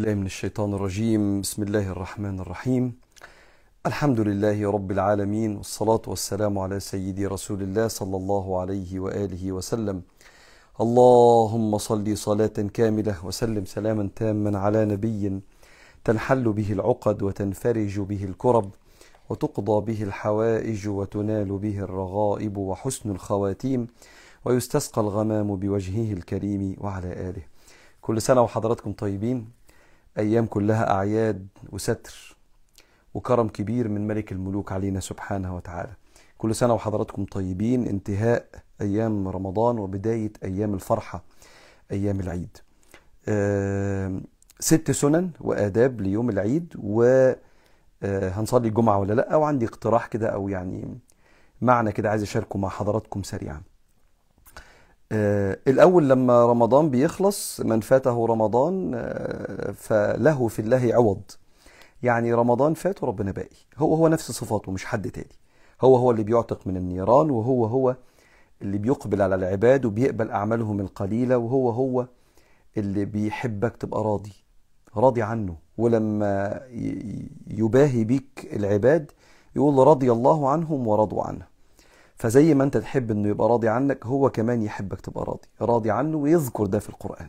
بالله من الشيطان الرجيم. بسم الله الرحمن الرحيم. الحمد لله رب العالمين، والصلاة والسلام على سيدي رسول الله صلى الله عليه وآله وسلم. اللهم صل صلاة كاملة وسلم سلاما تاما على نبي تنحل به العقد وتنفرج به الكرب وتقضى به الحوائج وتنال به الرغائب وحسن الخواتيم ويستسقى الغمام بوجهه الكريم وعلى آله. كل سنة وحضراتكم طيبين، أيام كلها أعياد وستر وكرم كبير من ملك الملوك علينا سبحانه وتعالى. كل سنة وحضراتكم طيبين، انتهاء أيام رمضان وبداية أيام الفرحة، أيام العيد. 6 سنن وآداب ليوم العيد، وهنصلي الجمعة ولا لأ، وعندي اقتراح كده أو يعني معنى كده عايز أشاركه مع حضراتكم سريعا. الأول، لما رمضان بيخلص من فاته رمضان فله في الله عوض. يعني رمضان فات وربنا باقي، هو نفس صفاته، مش حد تاني. هو اللي بيعتق من النيران، وهو اللي بيقبل على العباد وبيقبل أعمالهم القليلة، وهو اللي بيحبك تبقى راضي عنه. ولما يباهي بيك العباد يقول رضي الله عنهم ورضوا عنه. فزي ما انت تحب انه يبقى راضي عنك، هو كمان يحبك تبقى راضي عنه، ويذكر ده في القرآن.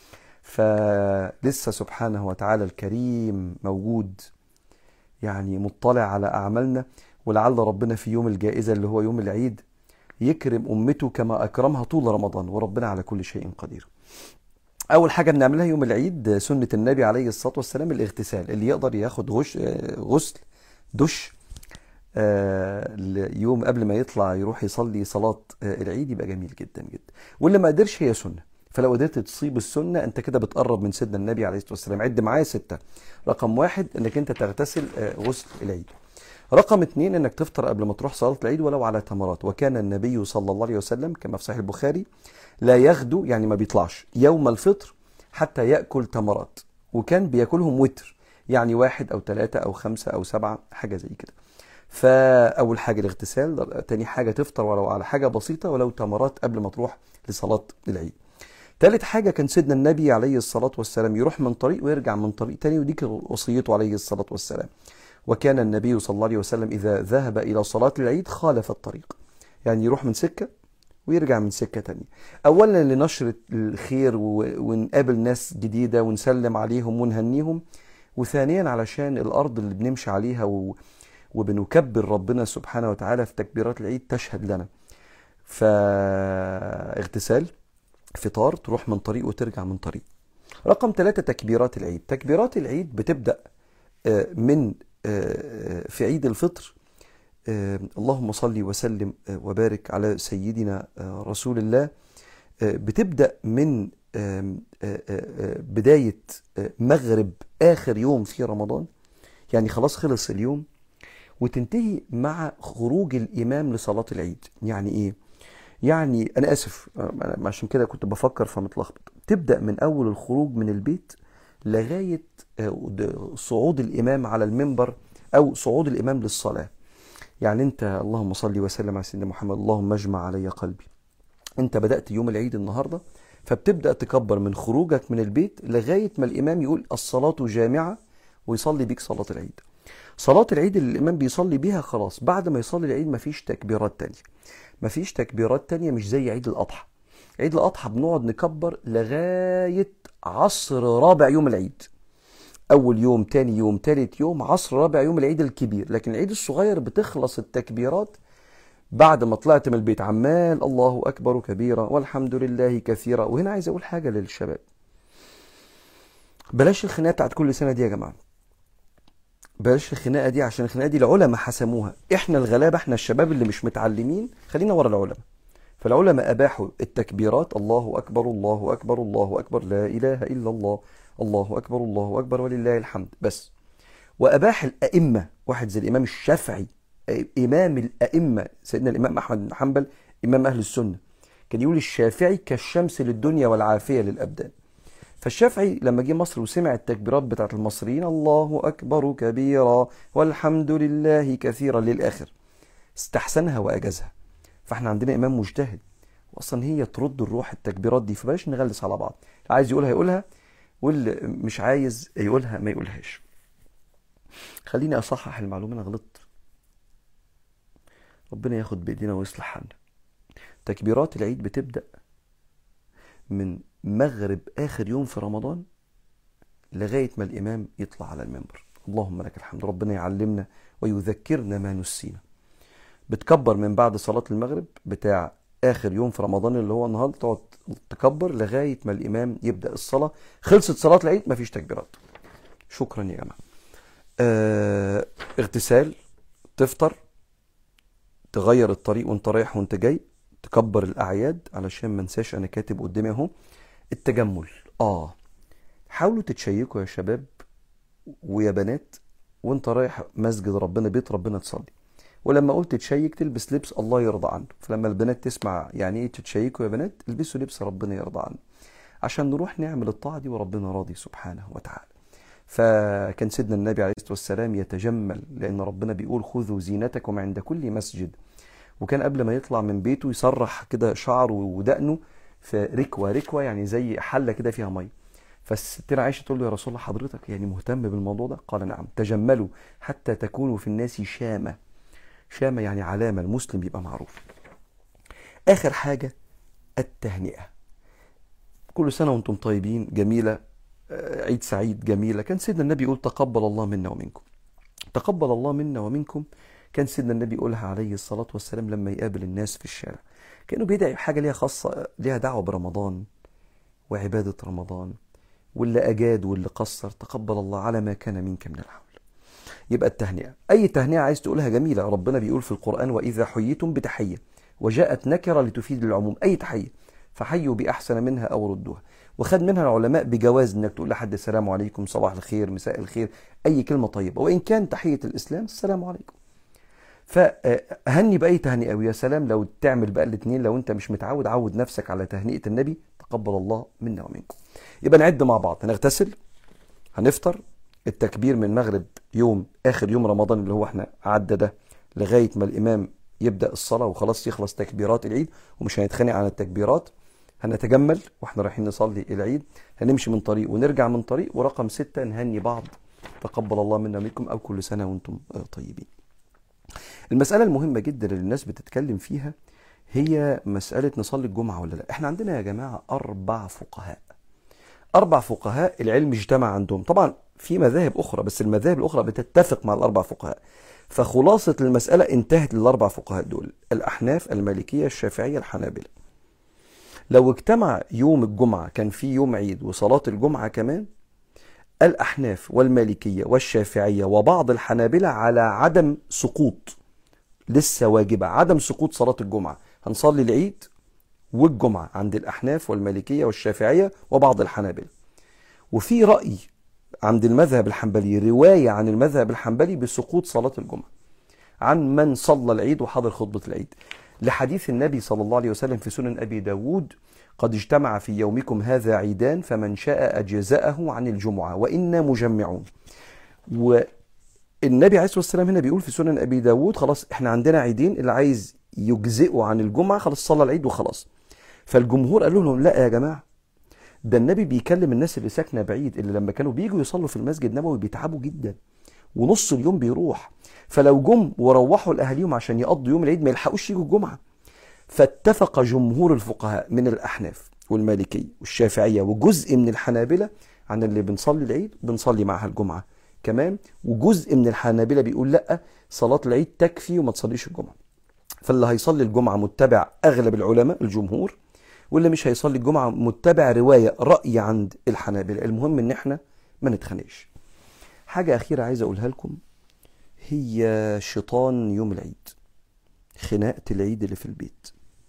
فلسه سبحانه وتعالى الكريم موجود، يعني مطلع على أعمالنا. ولعل ربنا في يوم الجائزة اللي هو يوم العيد يكرم أمته كما أكرمها طول رمضان، وربنا على كل شيء قدير. أول حاجة بنعملها يوم العيد سنة النبي عليه الصلاة والسلام الاغتسال. اللي يقدر ياخد غسل دش يوم قبل ما يطلع يروح يصلي صلاة العيد يبقى جميل جدا جدا. واللي ما قدرش هي سنة، فلو قدرت تصيب السنة انت كده بتقرب من سيدنا النبي عليه الصلاة والسلام. عد معايا 6. رقم 1 انك انت تغتسل غسل العيد. رقم 2 انك تفطر قبل ما تروح صلاة العيد ولو على تمرات. وكان النبي صلى الله عليه وسلم كما في صحيح البخاري لا يغدو، يعني ما بيطلعش يوم الفطر حتى يأكل تمرات، وكان بياكلهم وتر، يعني 1 أو 3 أو 5 أو 7 حاجة زي كده. فأول حاجة الاغتسال، تاني حاجة تفطر ولو على حاجة بسيطة ولو تمرات قبل ما تروح لصلاة العيد. تالت حاجة كان سيدنا النبي عليه الصلاة والسلام يروح من طريق ويرجع من طريق تاني، ودي كانت وصيته عليه الصلاة والسلام. وكان النبي صلى الله عليه وسلم إذا ذهب إلى صلاة العيد خالف الطريق، يعني يروح من سكة ويرجع من سكة تانية. أولا لنشر الخير ونقابل ناس جديدة ونسلم عليهم ونهنيهم، وثانيا علشان الأرض اللي بنمشي عليها وبنكبر ربنا سبحانه وتعالى في تكبيرات العيد تشهد لنا. فاغتسال، فطار، تروح من طريق وترجع من طريق. رقم 3 تكبيرات العيد. تكبيرات العيد بتبدأ من في عيد الفطر اللهم صل وسلم وبارك على سيدنا رسول الله. بتبدأ من بداية مغرب آخر يوم في رمضان، يعني خلاص خلص اليوم، وتنتهي مع خروج الإمام لصلاة العيد. يعني إيه؟ يعني أنا آسف عشان كده كنت بفكر فمتلخبط. تبدأ من أول الخروج من البيت لغاية صعود الإمام على المنبر أو صعود الإمام للصلاة. يعني أنت اللهم صل وسلم على سيدنا محمد، اللهم اجمع علي قلبي. أنت بدأت يوم العيد النهاردة، فبتبدأ تكبر من خروجك من البيت لغاية ما الإمام يقول الصلاة جامعة ويصلي بيك صلاة العيد. صلاة العيد اللي الإمام بيصلي بيها خلاص، بعد ما يصلي العيد مفيش تكبيرات تانية. مفيش تكبيرات تانية، مش زي عيد الأضحى. عيد الأضحى بنقعد نكبر لغاية عصر رابع يوم العيد. أول يوم، تاني يوم، تالت يوم، عصر رابع يوم العيد الكبير. لكن العيد الصغير بتخلص التكبيرات بعد ما طلعت من البيت عمال الله أكبر كبيرا والحمد لله كثيرا. وهنا عايز أقول حاجة للشباب، بلاش الخناقة بتاعت كل سنة دي يا جماعة. بلاش الخناقه دي، عشان الخناقه دي العلماء حسموها. احنا الغلابه، احنا الشباب اللي مش متعلمين، خلينا ورا العلماء. فالعلماء اباحوا التكبيرات، الله اكبر الله اكبر الله اكبر لا اله الا الله، الله اكبر الله اكبر ولله الحمد بس. واباح الائمه، واحد زي الامام الشافعي امام الائمه سيدنا الامام احمد بن حنبل امام اهل السنه، كان يقول الشافعي كالشمس للدنيا والعافيه للابدان. فالشافعي لما جه مصر وسمع التكبيرات بتاعت المصريين الله أكبر كبيرا والحمد لله كثيرا للآخر، استحسنها وأجازها. فاحنا عندنا إمام مجتهد، وأصلا هي ترد الروح التكبيرات دي، فبلاش نغلس على بعض. عايز يقولها يقولها، واللي مش عايز يقولها ما يقولهاش. خليني اصحح المعلومة، انا غلطت، ربنا ياخد بايدينا ويصلح حالنا. تكبيرات العيد بتبدأ من مغرب آخر يوم في رمضان لغاية ما الإمام يطلع على المنبر. اللهم لك الحمد، ربنا يعلمنا ويذكرنا ما نسينا. بتكبر من بعد صلاة المغرب بتاع آخر يوم في رمضان اللي هو النهارده، تقعد تكبر لغاية ما الإمام يبدأ الصلاة. خلصت صلاة العيد مفيش تكبيرات. شكرا يا جماعة. اغتسال، تفطر، تغير الطريق وانت رايح وانت جاي، تكبر الأعياد علشان ما انساش، أنا كاتب قدامي أهو. التجمل، حاولوا تتشيكوا يا شباب ويا بنات وانت رايح مسجد ربنا، بيت ربنا، تصلي. ولما قلت تشيك تلبس لبس الله يرضى عنه، فلما البنات تسمع يعني ايه تتشيكوا يا بنات، البسوا لبس ربنا يرضى عنه عشان نروح نعمل الطاعة دي وربنا راضي سبحانه وتعالى. فكان سيدنا النبي عليه الصلاة والسلام يتجمل، لأن ربنا بيقول خذوا زينتكم عند كل مسجد. وكان قبل ما يطلع من بيته يسرح كده شعره ودقنه في ركوة يعني زي حلة كده فيها مية. فالستنا عائشة تقول له يا رسول الله حضرتك يعني مهتم بالموضوع ده؟ قال نعم، تجملوا حتى تكونوا في الناس شامة. شامة يعني علامة، المسلم يبقى معروف. آخر حاجة التهنئة. كل سنة وانتم طيبين، جميلة، عيد سعيد، جميلة. كان سيدنا النبي يقول تقبل الله منا ومنكم. تقبل الله منا ومنكم كان سيدنا النبي يقولها عليه الصلاة والسلام لما يقابل الناس في الشارع. كانوا بيدعي حاجة ليها خاصة، ليها دعوة برمضان وعبادة رمضان، واللي أجاد واللي قصر تقبل الله على ما كان منك من العمل. يبقى التهنئة، أي تهنئة عايز تقولها جميلة. ربنا بيقول في القرآن وإذا حييتم بتحية وجاءت نكرة لتفيد العموم، أي تحية فحيوا بأحسن منها أو ردوها. وخد منها العلماء بجواز انك تقول لحد السلام عليكم، صباح الخير، مساء الخير، أي كلمة طيبة، وإن كان تحية الإسلام السلام عليكم. فهني بأي تهنئة. ويا سلام لو تعمل بقى الاثنين، لو انت مش متعود عود نفسك على تهنئة النبي تقبل الله منا ومنكم. يبقى نعد مع بعض، هنغتسل، هنفطر، التكبير من مغرب يوم آخر يوم رمضان اللي هو احنا عدى ده لغاية ما الإمام يبدأ الصلاة وخلاص يخلص تكبيرات العيد، ومش هنتخانق عن التكبيرات. هنتجمل واحنا رايحين نصلي العيد، هنمشي من طريق ونرجع من طريق. ورقم 6 نهني بعض تقبل الله منا ومنكم أو كل سنة وانتم طيبين. المسألة المهمة جدا اللي الناس بتتكلم فيها هي مسألة نصلي الجمعة ولا لا. احنا عندنا يا جماعة 4 فقهاء. 4 فقهاء العلم اجتمع عندهم. طبعا في مذاهب أخرى بس المذاهب الأخرى بتتفق مع ال4 فقهاء. فخلاصة المسألة انتهت لل4 فقهاء دول: الأحناف، المالكية، الشافعية، الحنابلة. لو اجتمع يوم الجمعة كان في يوم عيد وصلاة الجمعة كمان، الأحناف والمالكية والشافعية وبعض الحنابلة على عدم سقوط، لسه واجبة، عدم سقوط صلاة الجمعة. هنصلي العيد والجمعة عند الأحناف والمالكية والشافعية وبعض الحنابلة. وفي رأي عند المذهب الحنبلي، رواية عن المذهب الحنبلي بسقوط صلاة الجمعة عن من صلى العيد وحضر خطبة العيد، لحديث النبي صلى الله عليه وسلم في سنن أبي داود: قد اجتمع في يومكم هذا عيدان فمن شاء أجزأه عن الجمعة وإنا مجمعون. والنبي عليه الصلاة والسلام هنا بيقول في سنن أبي داود خلاص احنا عندنا عيدين، اللي عايز يجزئه عن الجمعة خلاص صلى العيد وخلاص. فالجمهور قالوا لهم لا يا جماعة، ده النبي بيكلم الناس اللي ساكنة بعيد، اللي لما كانوا بييجوا يصلوا في المسجد النبوي بيتعبوا جدا ونص اليوم بيروح، فلو جم وروحوا لأهاليهم عشان يقضوا يوم العيد ما يلحقوش يجوا الجمعة. فاتفق جمهور الفقهاء من الأحناف والمالكية والشافعية وجزء من الحنابلة عن اللي بنصلي العيد بنصلي معها الجمعة كمان، وجزء من الحنابلة بيقول لا، صلاة العيد تكفي وما تصليش الجمعة. فاللي هيصلي الجمعة متبع أغلب العلماء الجمهور، واللي مش هيصلي الجمعة متبع رواية رأي عند الحنابلة. المهم ان احنا ما نتخانقش. حاجة أخيرة عايز أقولها لكم، هي شيطان يوم العيد، خناقة العيد اللي في البيت.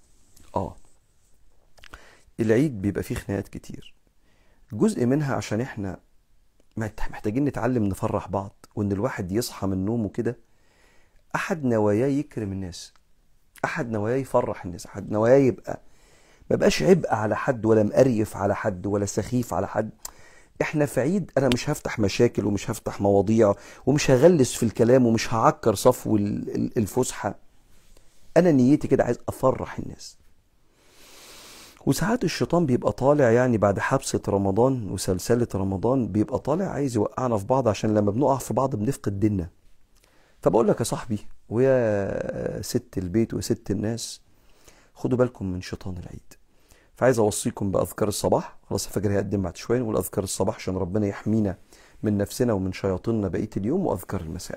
العيد بيبقى فيه خناقات كتير، جزء منها عشان احنا محتاجين نتعلم نفرح بعض، وان الواحد يصحى من نومه كده احد نواياه يكرم الناس، احد نواياه يفرح الناس، احد نواياه يبقى ما بقاش عبء على حد ولا مقريف على حد ولا سخيف على حد. احنا في عيد انا مش هفتح مشاكل ومش هفتح مواضيع ومش هغلس في الكلام ومش هعكر صفو الفسحة. انا نيتي كده عايز افرح الناس. وساعات الشيطان بيبقى طالع يعني بعد حبسة رمضان وسلسلة رمضان، بيبقى طالع عايز يوقعنا في بعض، عشان لما بنقع في بعض بنفقد ديننا. فبقول لك يا صاحبي ويا ست البيت وست الناس، خدوا بالكم من شيطان العيد. فعايز اوصيكم باذكار الصباح. خلاص الفجر هيقدم بعد شويه، نقول اذكار الصباح عشان ربنا يحمينا من نفسنا ومن شياطيننا بقيه اليوم، واذكار المساء.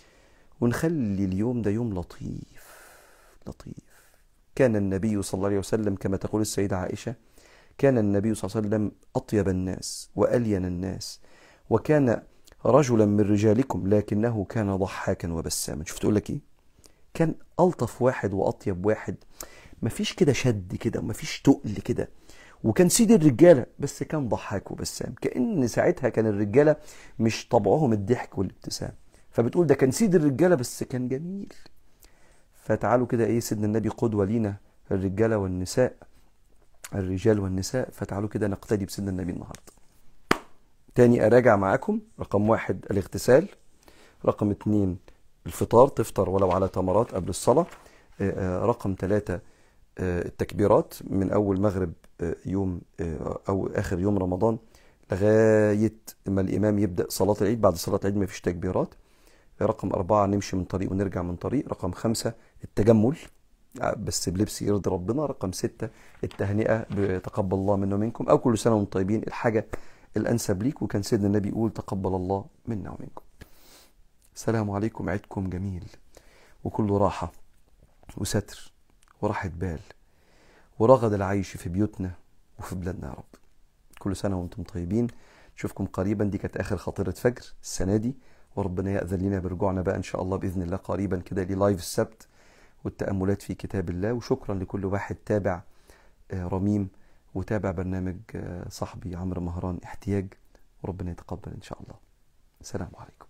ونخلي اليوم ده يوم لطيف لطيف. كان النبي صلى الله عليه وسلم كما تقول السيدة عائشة، كان النبي صلى الله عليه وسلم أطيب الناس وألين الناس، وكان رجلا من رجالكم لكنه كان ضحاكا وبساما. شوف تقول لك ايه؟ كان ألطف واحد وأطيب واحد، مفيش كده شد كده، مفيش تقل كده، وكان سيد الرجالة بس كان ضحاك وبسام. كأن ساعتها كان الرجالة مش طبعهم الضحك والابتسام، فبتقول ده كان سيد الرجالة بس كان جميل. فتعالوا كده ايه، سيدنا النبي قدوة لينا، الرجالة والنساء، الرجال والنساء، فتعالوا كده نقتدي بسيدنا النبي النهاردة. تاني أراجع معاكم: رقم 1 الاغتسال، رقم 2 الفطار، تفطر ولو على تمرات قبل الصلاة، رقم 3 التكبيرات من أول مغرب يوم أو آخر يوم رمضان لغاية ما الإمام يبدأ صلاة العيد. بعد صلاة العيد ما فيش تكبيرات. رقم 4 نمشي من طريق ونرجع من طريق. رقم 5 التجمل بس بلبس يرضي ربنا. رقم 6 التهنئة بتقبل الله منا ومنكم، أو كل سنة وانتم طيبين، الحاجة الأنسب ليك. وكان سيدنا النبي يقول تقبل الله منا ومنكم. السلام عليكم، عيدكم جميل وكله راحة وستر وراحة بال ورغد العيش في بيوتنا وفي بلادنا يا رب. كل سنة وانتم طيبين. نشوفكم قريبا. دي كانت آخر خطيرة فجر السنة دي، وربنا يأذن لنا برجوعنا بقى إن شاء الله بإذن الله قريبا كده للايف السبت والتأملات في كتاب الله. وشكرا لكل واحد تابع رميم وتابع برنامج صاحبي عمرو مهران احتياج، وربنا يتقبل إن شاء الله. السلام عليكم.